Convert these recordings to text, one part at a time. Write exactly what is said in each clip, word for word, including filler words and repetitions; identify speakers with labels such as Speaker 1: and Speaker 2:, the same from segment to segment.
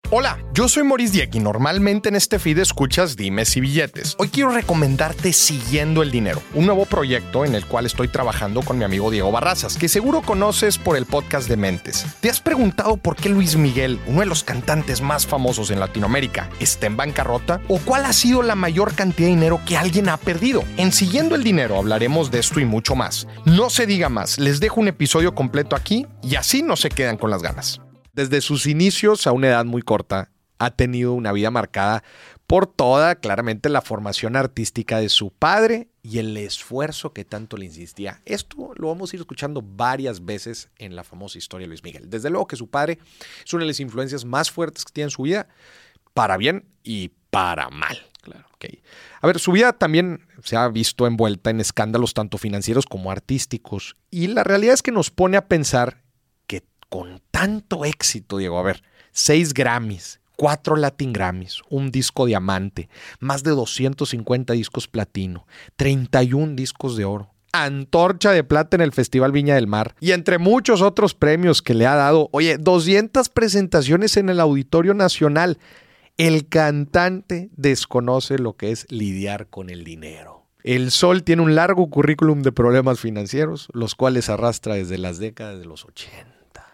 Speaker 1: Hola, yo soy Maurice Dieck y normalmente en este feed escuchas Dimes y Billetes. Hoy quiero recomendarte Siguiendo el Dinero, un nuevo proyecto en el cual estoy trabajando con mi amigo Diego Barrazas, que seguro conoces por el podcast de Mentes. ¿Te has preguntado por qué Luis Miguel, uno de los cantantes más famosos en Latinoamérica, está en bancarrota? ¿O cuál ha sido la mayor cantidad de dinero que alguien ha perdido? En Siguiendo el Dinero hablaremos de esto y mucho más. No se diga más, les dejo un episodio completo aquí y así no se quedan con las ganas. Desde sus inicios a una edad muy corta, ha tenido una vida marcada por toda, claramente, la formación artística de su padre y el esfuerzo que tanto le insistía. Esto lo vamos a ir escuchando varias veces en la famosa historia de Luis Miguel. Desde luego que su padre es una de las influencias más fuertes que tiene en su vida, para bien y para mal. Claro. Okay. A ver, su vida también se ha visto envuelta en escándalos tanto financieros como artísticos. Y la realidad es que nos pone a pensar con tanto éxito, Diego, a ver, seis Grammys, cuatro Latin Grammys, un disco diamante, más de doscientos cincuenta discos platino, treinta y uno discos de oro, antorcha de plata en el Festival Viña del Mar y entre muchos otros premios que le ha dado, oye, doscientas presentaciones en el Auditorio Nacional. El cantante desconoce lo que es lidiar con el dinero. El Sol tiene un largo currículum de problemas financieros, los cuales arrastra desde las décadas de los ochenta.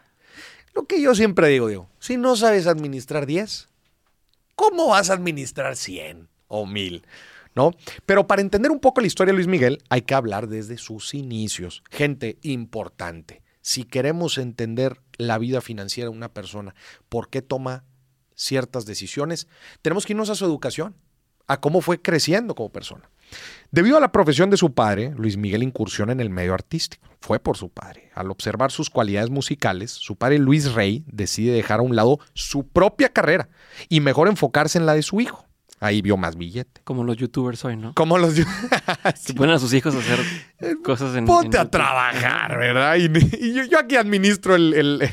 Speaker 1: Lo que yo siempre digo, digo, si no sabes administrar diez, ¿cómo vas a administrar cien o mil? ¿No? Pero para entender un poco la historia de Luis Miguel, hay que hablar desde sus inicios. Gente importante, si queremos entender la vida financiera de una persona, por qué toma ciertas decisiones, tenemos que irnos a su educación, a cómo fue creciendo como persona. Debido a la profesión de su padre, Luis Miguel incursiona en el medio artístico. Fue por su padre. Al observar sus cualidades musicales, su padre Luis Rey decide dejar a un lado su propia carrera y mejor enfocarse en la de su hijo. Ahí vio más billete.
Speaker 2: Como los youtubers hoy, ¿no?
Speaker 1: Como los
Speaker 2: Se ponen a sus hijos a hacer cosas en
Speaker 1: Ponte
Speaker 2: en
Speaker 1: a trabajar, ¿verdad? Y, y yo, yo aquí administro el... el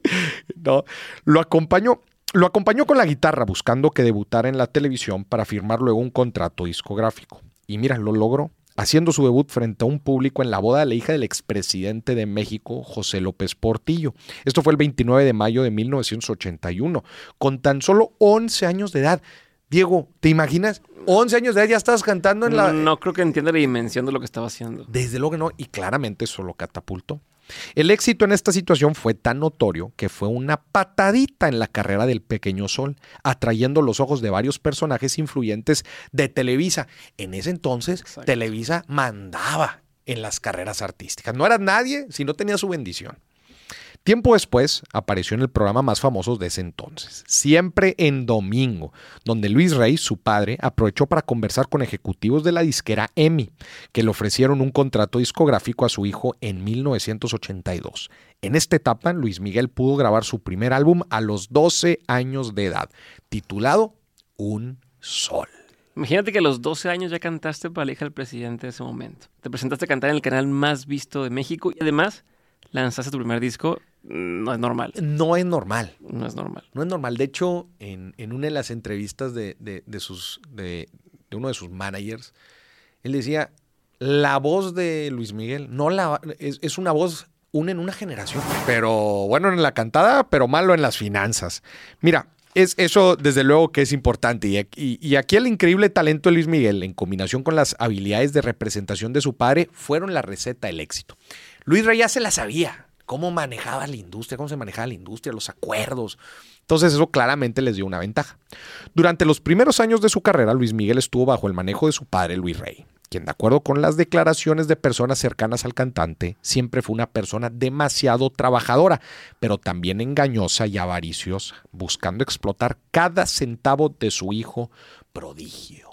Speaker 1: no, lo acompañó... Lo acompañó con la guitarra buscando que debutara en la televisión para firmar luego un contrato discográfico. Y mira, lo logró, haciendo su debut frente a un público en la boda de la hija del expresidente de México, José López Portillo. Esto fue el veintinueve de mayo de mil novecientos ochenta y uno, con tan solo once años de edad. Diego, ¿te imaginas? once años de edad ya estabas cantando en la...
Speaker 2: No creo que entienda la dimensión de lo que estaba haciendo.
Speaker 1: Desde luego que no, y claramente eso lo catapultó. El éxito en esta situación fue tan notorio que fue una patadita en la carrera del pequeño Sol, atrayendo los ojos de varios personajes influyentes de Televisa. En ese entonces, exacto, Televisa mandaba en las carreras artísticas. No eras nadie si no tenías su bendición. Tiempo después, apareció en el programa más famoso de ese entonces, Siempre en Domingo, donde Luis Rey, su padre, aprovechó para conversar con ejecutivos de la disquera E M I, que le ofrecieron un contrato discográfico a su hijo en mil novecientos ochenta y dos. En esta etapa, Luis Miguel pudo grabar su primer álbum a los doce años de edad, titulado Un Sol.
Speaker 2: Imagínate que a los doce años ya cantaste para la hija del presidente de ese momento. Te presentaste a cantar en el canal más visto de México y además lanzaste tu primer disco. No es normal.
Speaker 1: No es normal.
Speaker 2: No es normal.
Speaker 1: No es normal. De hecho, en, en una de las entrevistas de, de, de, sus, de, de uno de sus managers, él decía, la voz de Luis Miguel no la es, es una voz una en una generación. Pero bueno en la cantada, pero malo en las finanzas. Mira, es, eso desde luego que es importante. Y, y, y aquí el increíble talento de Luis Miguel, en combinación con las habilidades de representación de su padre, fueron la receta del éxito. Luis Rey ya se la sabía. Cómo manejaba la industria, cómo se manejaba la industria, los acuerdos. Entonces eso claramente les dio una ventaja. Durante los primeros años de su carrera, Luis Miguel estuvo bajo el manejo de su padre, Luis Rey, quien, de acuerdo con las declaraciones de personas cercanas al cantante, siempre fue una persona demasiado trabajadora, pero también engañosa y avariciosa, buscando explotar cada centavo de su hijo prodigio.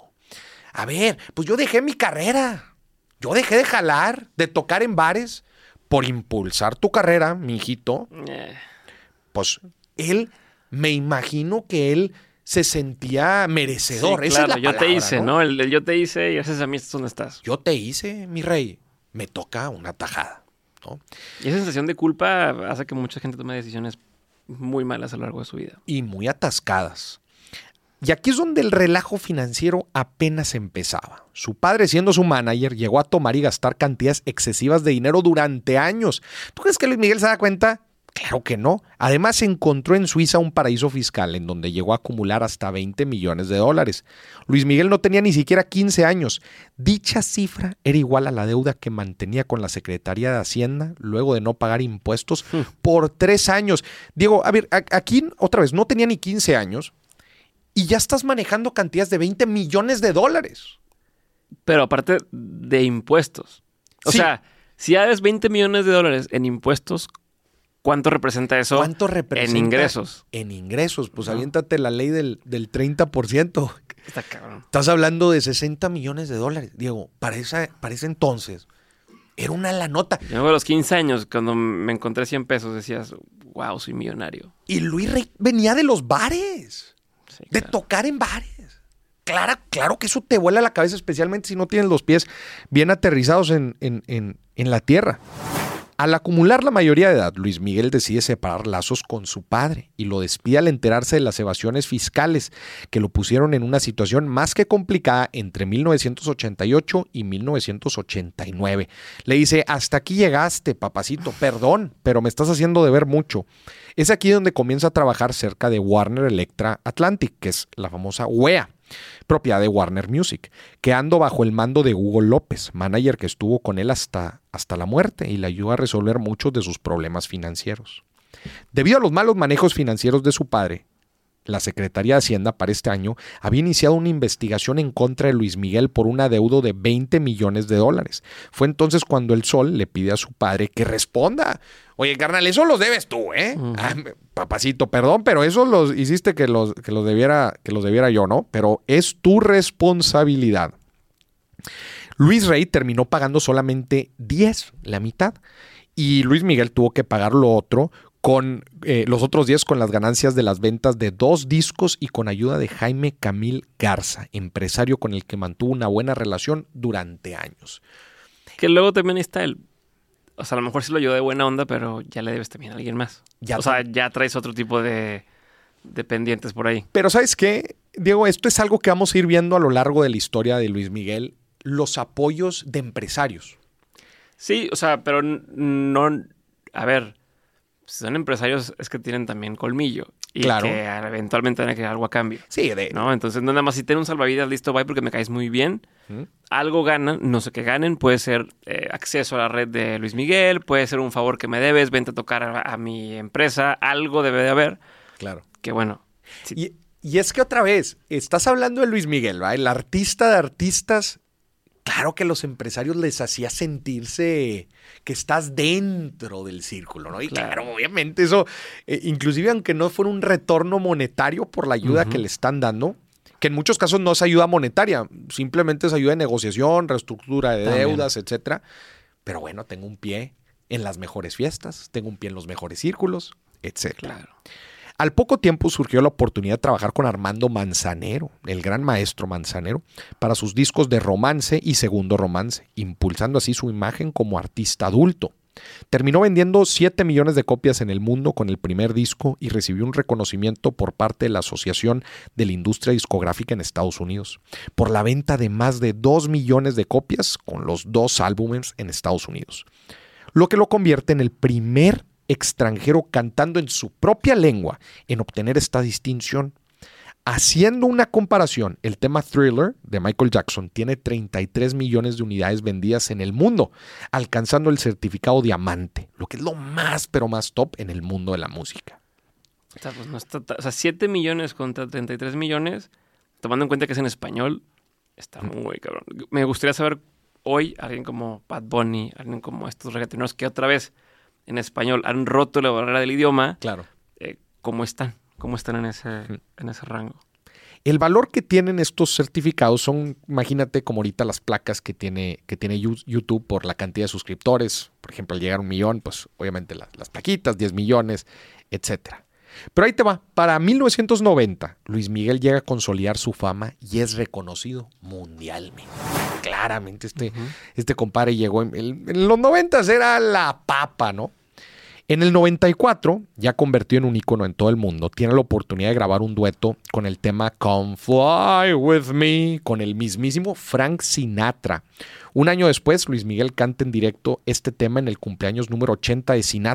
Speaker 1: A ver, pues yo dejé mi carrera. Yo dejé de jalar, de tocar en bares, por impulsar tu carrera, mi hijito. Eh. Pues él, me imagino que él se sentía merecedor.
Speaker 2: Sí,
Speaker 1: Esa
Speaker 2: claro,
Speaker 1: es la
Speaker 2: yo
Speaker 1: palabra,
Speaker 2: te hice, ¿no?
Speaker 1: ¿no?
Speaker 2: El, el yo te hice y gracias a mí estás donde estás.
Speaker 1: Yo te hice, mi rey. Me toca una tajada, ¿no?
Speaker 2: Y esa sensación de culpa hace que mucha gente tome decisiones muy malas a lo largo de su vida.
Speaker 1: Y muy atascadas. Y aquí es donde el relajo financiero apenas empezaba. Su padre, siendo su manager, llegó a tomar y gastar cantidades excesivas de dinero durante años. ¿Tú crees que Luis Miguel se da cuenta? Claro que no. Además, encontró en Suiza un paraíso fiscal en donde llegó a acumular hasta veinte millones de dólares. Luis Miguel no tenía ni siquiera quince años. Dicha cifra era igual a la deuda que mantenía con la Secretaría de Hacienda luego de no pagar impuestos hmm. por tres años. Diego, a ver, aquí otra vez, no tenía ni quince años y ya estás manejando cantidades de veinte millones de dólares.
Speaker 2: Pero aparte de impuestos. O sí. sea, si ya ves veinte millones de dólares en impuestos, ¿cuánto representa eso
Speaker 1: ¿Cuánto representa
Speaker 2: en ingresos?
Speaker 1: En ingresos, pues no. aviéntate la ley del, del treinta por ciento.
Speaker 2: Está cabrón.
Speaker 1: Estás hablando de sesenta millones de dólares. Diego, para, esa, para ese entonces, era una lanota.
Speaker 2: Yo a los quince años, cuando me encontré cien pesos, decías, wow, soy millonario.
Speaker 1: Y Luis Rey venía de los bares, sí, de claro. tocar en bares. Claro, claro que eso te vuela la cabeza, especialmente si no tienes los pies bien aterrizados en, en, en, en la tierra. Al acumular la mayoría de edad, Luis Miguel decide separar lazos con su padre y lo despide al enterarse de las evasiones fiscales que lo pusieron en una situación más que complicada entre mil novecientos ochenta y ocho y mil novecientos ochenta y nueve. Le dice, hasta aquí llegaste, papacito, perdón, pero me estás haciendo deber mucho. Es aquí donde comienza a trabajar cerca de Warner Electra Atlantic, que es la famosa W E A, propiedad de Warner Music, quedando bajo el mando de Hugo López, manager que estuvo con él hasta, hasta la muerte y le ayudó a resolver muchos de sus problemas financieros. Debido a los malos manejos financieros de su padre, la Secretaría de Hacienda para este año había iniciado una investigación en contra de Luis Miguel por un adeudo de veinte millones de dólares. Fue entonces cuando el Sol le pide a su padre que responda. Oye, carnal, eso los debes tú, ¿eh? Uh-huh. Ah, papacito, perdón, pero eso los hiciste que los, que los debiera, que los debiera yo, ¿no? Pero es tu responsabilidad. Luis Rey terminó pagando solamente diez, la mitad, y Luis Miguel tuvo que pagar lo otro con eh, los otros diez con las ganancias de las ventas de dos discos y con ayuda de Jaime Camil Garza, empresario con el que mantuvo una buena relación durante años.
Speaker 2: Que luego también está el... O sea, a lo mejor sí lo ayudó de buena onda, pero ya le debes también a alguien más. Ya o sea, ya traes otro tipo de, de pendientes por ahí.
Speaker 1: Pero ¿sabes qué, Diego? Esto es algo que vamos a ir viendo a lo largo de la historia de Luis Miguel. Los apoyos de empresarios.
Speaker 2: Sí, o sea, pero no... A ver... Si son empresarios es que tienen también colmillo y claro. que eventualmente van a querer algo a cambio.
Speaker 1: Sí, de...
Speaker 2: ¿no? Entonces, no nada más si tienen un salvavidas, listo, bye, porque me caes muy bien. ¿Mm? Algo ganan, no sé qué ganen. Puede ser eh, acceso a la red de Luis Miguel, puede ser un favor que me debes, vente a tocar a, a mi empresa. Algo debe de haber.
Speaker 1: Claro.
Speaker 2: Que bueno.
Speaker 1: Sí. Y, y es que otra vez, estás hablando de Luis Miguel, ¿va? El artista de artistas. Claro que a los empresarios les hacía sentirse que estás dentro del círculo, ¿no? Y claro, claro obviamente eso, eh, inclusive aunque no fuera un retorno monetario por la ayuda uh-huh. que le están dando, que en muchos casos no es ayuda monetaria, simplemente es ayuda de negociación, reestructura de También. deudas, etcétera. Pero bueno, tengo un pie en las mejores fiestas, tengo un pie en los mejores círculos, etcétera. Claro. Al poco tiempo surgió la oportunidad de trabajar con Armando Manzanero, el gran maestro Manzanero, para sus discos de romance y segundo romance, impulsando así su imagen como artista adulto. Terminó vendiendo siete millones de copias en el mundo con el primer disco y recibió un reconocimiento por parte de la Asociación de la Industria Discográfica en Estados Unidos por la venta de más de dos millones de copias con los dos álbumes en Estados Unidos, lo que lo convierte en el primer extranjero cantando en su propia lengua en obtener esta distinción. Haciendo una comparación, el tema Thriller de Michael Jackson tiene treinta y tres millones de unidades vendidas en el mundo, alcanzando el certificado diamante, lo que es lo más pero más top en el mundo de la música.
Speaker 2: O sea, pues no está, o sea, siete millones contra treinta y tres millones, tomando en cuenta que es en español, está muy cabrón. Me gustaría saber hoy, alguien como Bad Bunny, alguien como estos reggaetoneros que otra vez en español han roto la barrera del idioma,
Speaker 1: claro.
Speaker 2: eh, ¿cómo están? ¿Cómo están en ese, en ese rango?
Speaker 1: El valor que tienen estos certificados son, imagínate como ahorita las placas que tiene, que tiene YouTube por la cantidad de suscriptores. Por ejemplo, al llegar a un millón, pues obviamente las, las plaquitas, diez millones, etcétera. Pero ahí te va. Para mil novecientos noventa, Luis Miguel llega a consolidar su fama y es reconocido mundialmente. Claramente este, uh-huh. este compadre llegó en, en los noventas, era la papa, ¿no? En el noventa y cuatro, ya convertido en un ícono en todo el mundo, tiene la oportunidad de grabar un dueto con el tema Come Fly With Me con el mismísimo Frank Sinatra. Un año después, Luis Miguel canta en directo este tema en el cumpleaños número ochenta de Sinatra.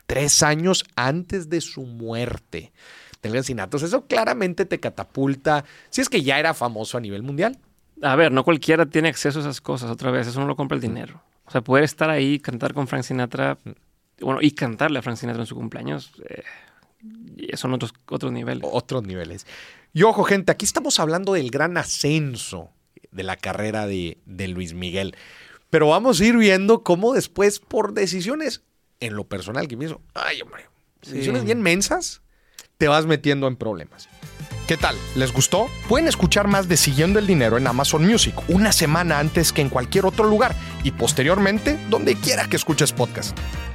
Speaker 1: tres años antes de su muerte. Tengan Sinatra. Eso claramente te catapulta, si es que ya era famoso a nivel mundial.
Speaker 2: A ver, no cualquiera tiene acceso a esas cosas. Otra vez, eso no lo compra el dinero. O sea, poder estar ahí, cantar con Frank Sinatra, bueno, y cantarle a Frank Sinatra en su cumpleaños, eh, son otros, otros niveles.
Speaker 1: Otros niveles. Y ojo, gente, aquí estamos hablando del gran ascenso de la carrera de, de Luis Miguel. Pero vamos a ir viendo cómo después, por decisiones, en lo personal que pienso, ay, hombre, decisiones sí. bien mensas, te vas metiendo en problemas. ¿Qué tal? ¿Les gustó? Pueden escuchar más de Siguiendo el Dinero en Amazon Music una semana antes que en cualquier otro lugar y posteriormente donde quiera que escuches podcast.